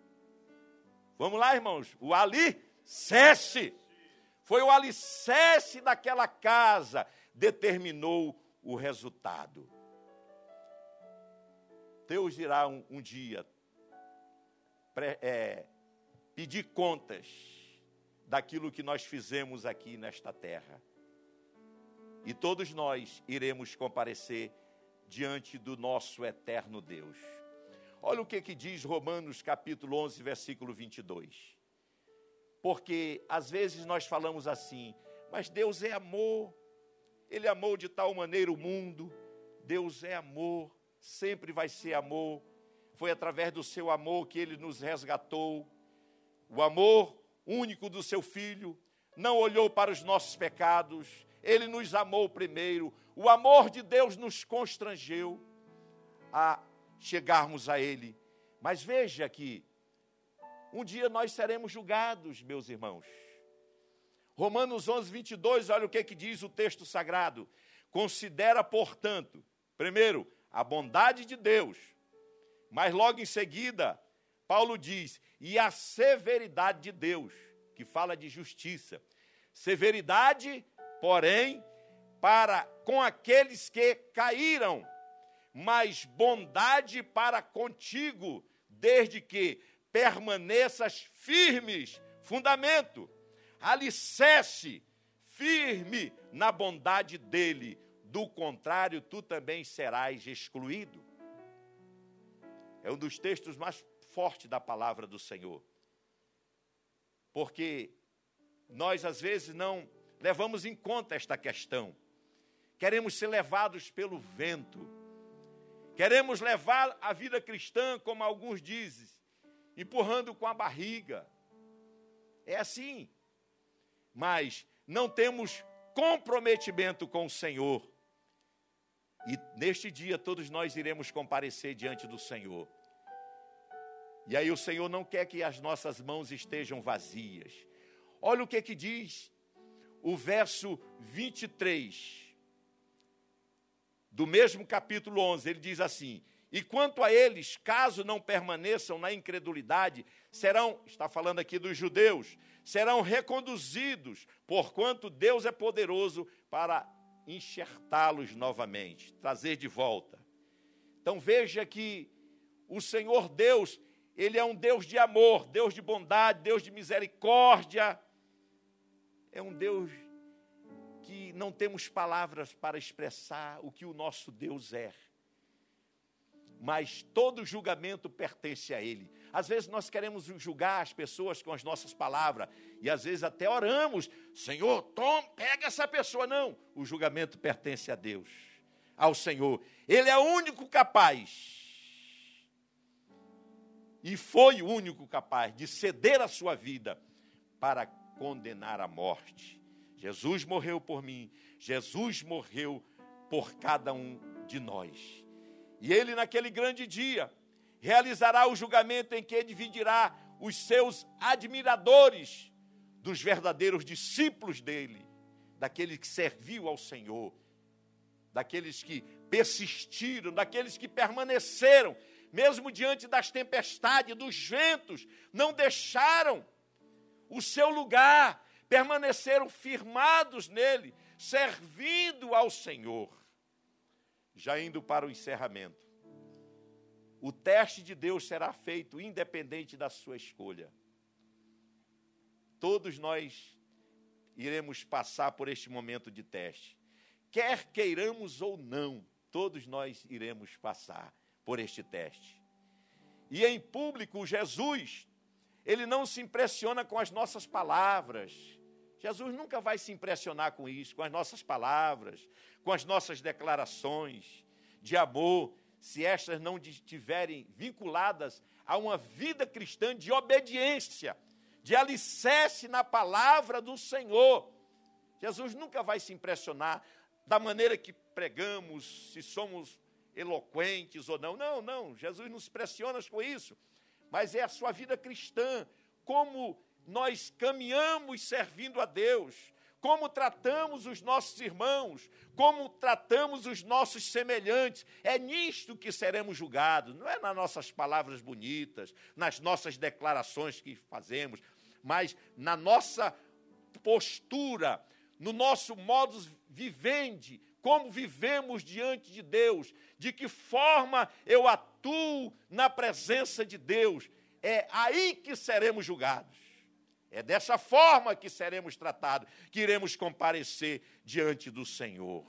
Vamos lá, irmãos. O alicerce. Foi o alicerce daquela casa, determinou o resultado. Deus irá um, um dia pré, é, pedir contas daquilo que nós fizemos aqui nesta terra. E todos nós iremos comparecer diante do nosso eterno Deus. Olha o que, que diz Romanos capítulo onze, versículo vinte e dois. Porque às vezes nós falamos assim, mas Deus é amor, Ele amou de tal maneira o mundo, Deus é amor, sempre vai ser amor. Foi através do seu amor que Ele nos resgatou. O amor único do seu Filho, não olhou para os nossos pecados, Ele nos amou primeiro. O amor de Deus nos constrangeu a chegarmos a Ele. Mas veja que um dia nós seremos julgados, meus irmãos. Romanos onze, vinte e dois, olha o que, que diz o texto sagrado. Considera, portanto, primeiro, a bondade de Deus, mas logo em seguida, Paulo diz, e a severidade de Deus, que fala de justiça. Severidade, porém, para com aqueles que caíram, mas bondade para contigo, desde que permaneças firmes, fundamento, alicerce, firme na bondade dele, do contrário, tu também serás excluído. É um dos textos mais fortes da palavra do Senhor. Porque nós, às vezes, não levamos em conta esta questão. Queremos ser levados pelo vento. Queremos levar a vida cristã, como alguns dizem, empurrando com a barriga. É assim. Mas não temos comprometimento com o Senhor. E neste dia todos nós iremos comparecer diante do Senhor. E aí o Senhor não quer que as nossas mãos estejam vazias. Olha o que que diz o verso vinte e três. Do mesmo capítulo onze, ele diz assim, e quanto a eles, caso não permaneçam na incredulidade, serão, está falando aqui dos judeus, serão reconduzidos, porquanto Deus é poderoso para enxertá-los novamente, trazer de volta. Então veja que o Senhor Deus, Ele é um Deus de amor, Deus de bondade, Deus de misericórdia. É um Deus que não temos palavras para expressar o que o nosso Deus é. Mas todo julgamento pertence a Ele. Às vezes nós queremos julgar as pessoas com as nossas palavras. E às vezes até oramos. Senhor, toma, pega essa pessoa. Não, o julgamento pertence a Deus, ao Senhor. Ele é o único capaz. E foi o único capaz de ceder a sua vida para condenar a morte. Jesus morreu por mim. Jesus morreu por cada um de nós. E Ele, naquele grande dia, realizará o julgamento em que dividirá os seus admiradores dos verdadeiros discípulos dele, daqueles que serviu ao Senhor, daqueles que persistiram, daqueles que permaneceram, mesmo diante das tempestades, dos ventos, não deixaram o seu lugar, permaneceram firmados nele, servindo ao Senhor. Já indo para o encerramento, o teste de Deus será feito independente da sua escolha. Todos nós iremos passar por este momento de teste. Quer queiramos ou não, todos nós iremos passar por este teste. E em público, Jesus, Ele não se impressiona com as nossas palavras. Jesus nunca vai se impressionar com isso, com as nossas palavras, com as nossas declarações de amor, se estas não estiverem vinculadas a uma vida cristã de obediência, de alicerce na palavra do Senhor. Jesus nunca vai se impressionar da maneira que pregamos, se somos eloquentes ou não. Não, não, Jesus não se impressiona com isso, mas é a sua vida cristã, como nós caminhamos servindo a Deus, como tratamos os nossos irmãos, como tratamos os nossos semelhantes. É nisto que seremos julgados, não é nas nossas palavras bonitas, nas nossas declarações que fazemos, mas na nossa postura, no nosso modus vivendi, como vivemos diante de Deus, de que forma eu atuo na presença de Deus. É aí que seremos julgados. É dessa forma que seremos tratados, que iremos comparecer diante do Senhor.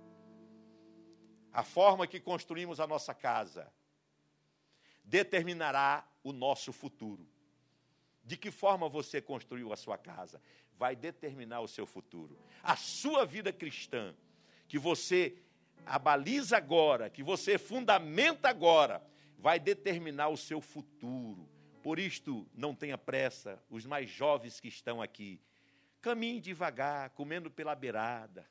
A forma que construímos a nossa casa determinará o nosso futuro. De que forma você construiu a sua casa vai determinar o seu futuro. A sua vida cristã, que você a baliza agora, que você fundamenta agora, vai determinar o seu futuro. Por isto, não tenha pressa, os mais jovens que estão aqui, caminhe devagar, comendo pela beirada.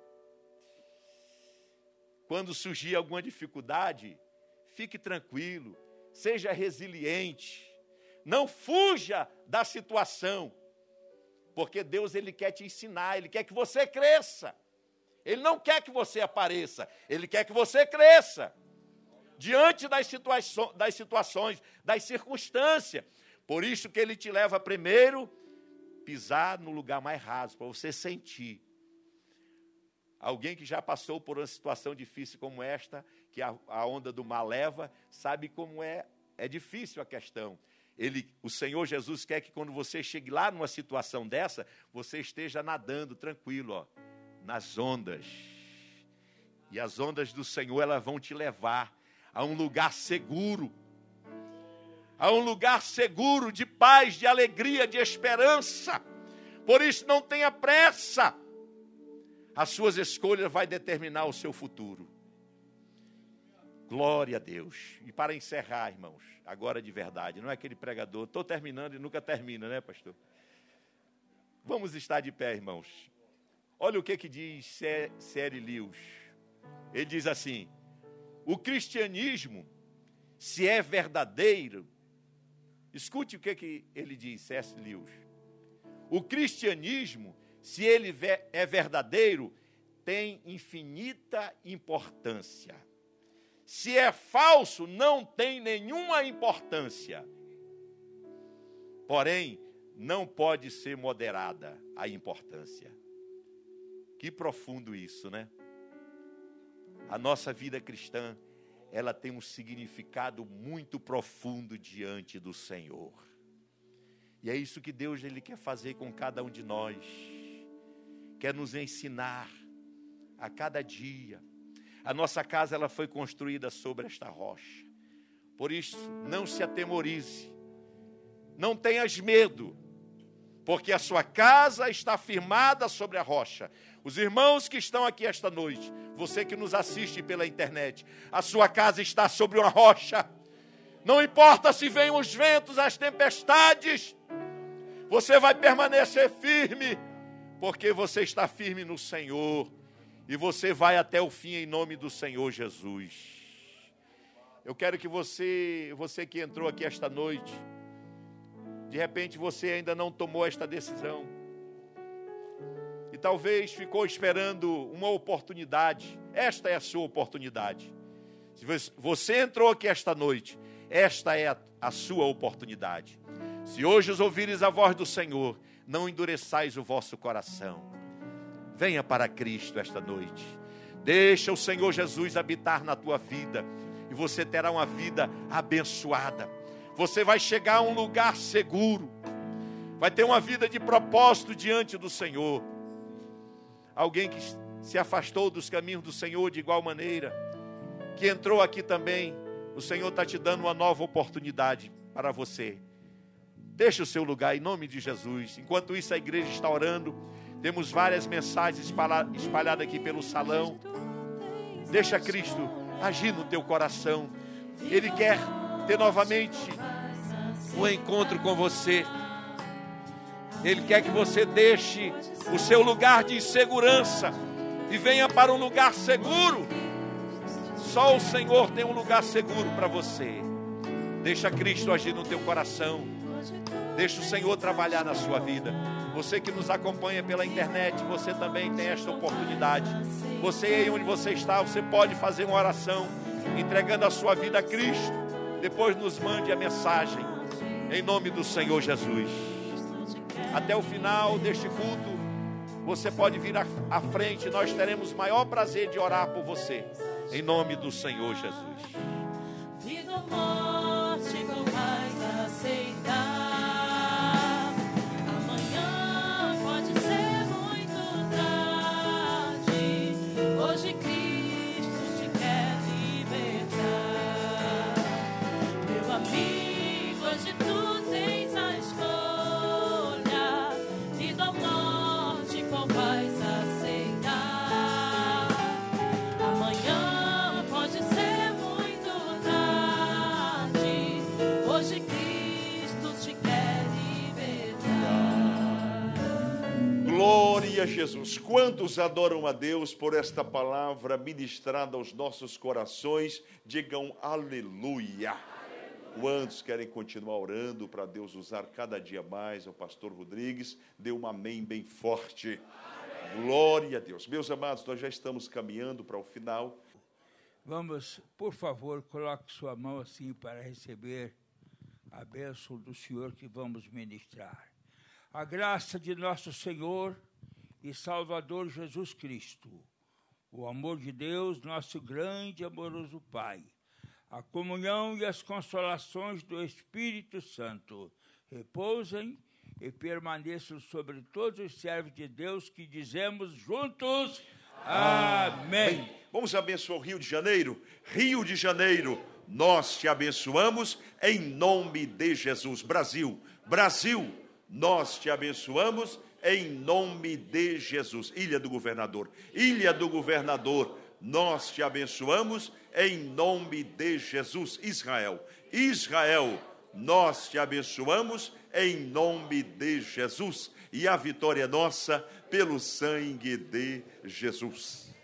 Quando surgir alguma dificuldade, fique tranquilo, seja resiliente, não fuja da situação, porque Deus ele quer te ensinar, Ele quer que você cresça. Ele não quer que você apareça, Ele quer que você cresça. Diante das, situa das situações, das circunstâncias. Por isso que Ele te leva primeiro pisar no lugar mais raso, para você sentir. Alguém que já passou por uma situação difícil como esta, que a, a onda do mar leva, sabe como é, é difícil a questão. Ele, o Senhor Jesus quer que quando você chegue lá numa situação dessa, você esteja nadando tranquilo, ó, nas ondas. E as ondas do Senhor, elas vão te levar a um lugar seguro, a um lugar seguro de paz, de alegria, de esperança. Por isso não tenha pressa. As suas escolhas vai determinar o seu futuro. Glória a Deus. E para encerrar, irmãos, agora de verdade, não é aquele pregador, estou terminando e nunca termina, né, pastor? Vamos estar de pé, irmãos. Olha o que, que diz C S Lewis. Ele diz assim: o cristianismo, se é verdadeiro, escute o que, que ele diz, C S Lewis. O cristianismo, se ele é verdadeiro, tem infinita importância. Se é falso, não tem nenhuma importância. Porém, não pode ser moderada a importância. Que profundo isso, né? A nossa vida cristã, ela tem um significado muito profundo diante do Senhor. E é isso que Deus ele quer fazer com cada um de nós. Quer nos ensinar a cada dia. A nossa casa ela foi construída sobre esta rocha. Por isso, não se atemorize. Não tenhas medo. Porque a sua casa está firmada sobre a rocha. Os irmãos que estão aqui esta noite, você que nos assiste pela internet, a sua casa está sobre uma rocha. Não importa se vêm os ventos, as tempestades, você vai permanecer firme, porque você está firme no Senhor. E você vai até o fim em nome do Senhor Jesus. Eu quero que você, você que entrou aqui esta noite, de repente você ainda não tomou esta decisão. E talvez ficou esperando uma oportunidade. Esta é a sua oportunidade. Se você entrou aqui esta noite, esta é a, a sua oportunidade. Se hoje os ouvires a voz do Senhor, não endureçais o vosso coração. Venha para Cristo esta noite. Deixa o Senhor Jesus habitar na tua vida. E você terá uma vida abençoada. Você vai chegar a um lugar seguro. Vai ter uma vida de propósito diante do Senhor. Alguém que se afastou dos caminhos do Senhor de igual maneira, que entrou aqui também, o Senhor está te dando uma nova oportunidade para você. Deixa o seu lugar em nome de Jesus. Enquanto isso a igreja está orando, temos várias mensagens espalhadas aqui pelo salão. Deixa Cristo agir no teu coração. Ele quer ter novamente um encontro com você. Ele quer que você deixe o seu lugar de insegurança e venha para um lugar seguro. Só o Senhor tem um lugar seguro para você. Deixa Cristo agir no teu coração. Deixa o Senhor trabalhar na sua vida. Você que nos acompanha pela internet, você também tem esta oportunidade. Você aí onde você está, você pode fazer uma oração entregando a sua vida a Cristo. Depois nos mande a mensagem em nome do Senhor Jesus. Até o final deste culto, você pode vir à, à frente. Nós teremos o maior prazer de orar por você em nome do Senhor Jesus.
Vida ou morte, qual vais aceitar? Amanhã pode ser muito tarde. Hoje Cristo te quer libertar. Meu amigo, hoje tu tens a escolha. Vida ou morte, qual vais aceitar? Amanhã
Glória a Jesus. Quantos adoram a Deus por esta palavra ministrada aos nossos corações? Digam aleluia. Quantos querem continuar orando para Deus usar cada dia mais o pastor Rodrigues? Dê um amém bem forte. Amém. Glória a Deus. Meus amados, nós já estamos caminhando para o final.
Vamos, por favor, coloque sua mão assim para receber a bênção do Senhor que vamos ministrar. A graça de nosso Senhor e Salvador Jesus Cristo, o amor de Deus, nosso grande e amoroso Pai, a comunhão e as consolações do Espírito Santo repousem e permaneçam sobre todos os servos de Deus que dizemos juntos, amém.
Amém. Vamos abençoar o Rio de Janeiro. Rio de Janeiro, nós te abençoamos em nome de Jesus. Brasil, Brasil, nós te abençoamos em nome de Jesus. Ilha do Governador, Ilha do Governador, nós te abençoamos em nome de Jesus. Israel, Israel, nós te abençoamos em nome de Jesus. E a vitória é nossa pelo sangue de Jesus.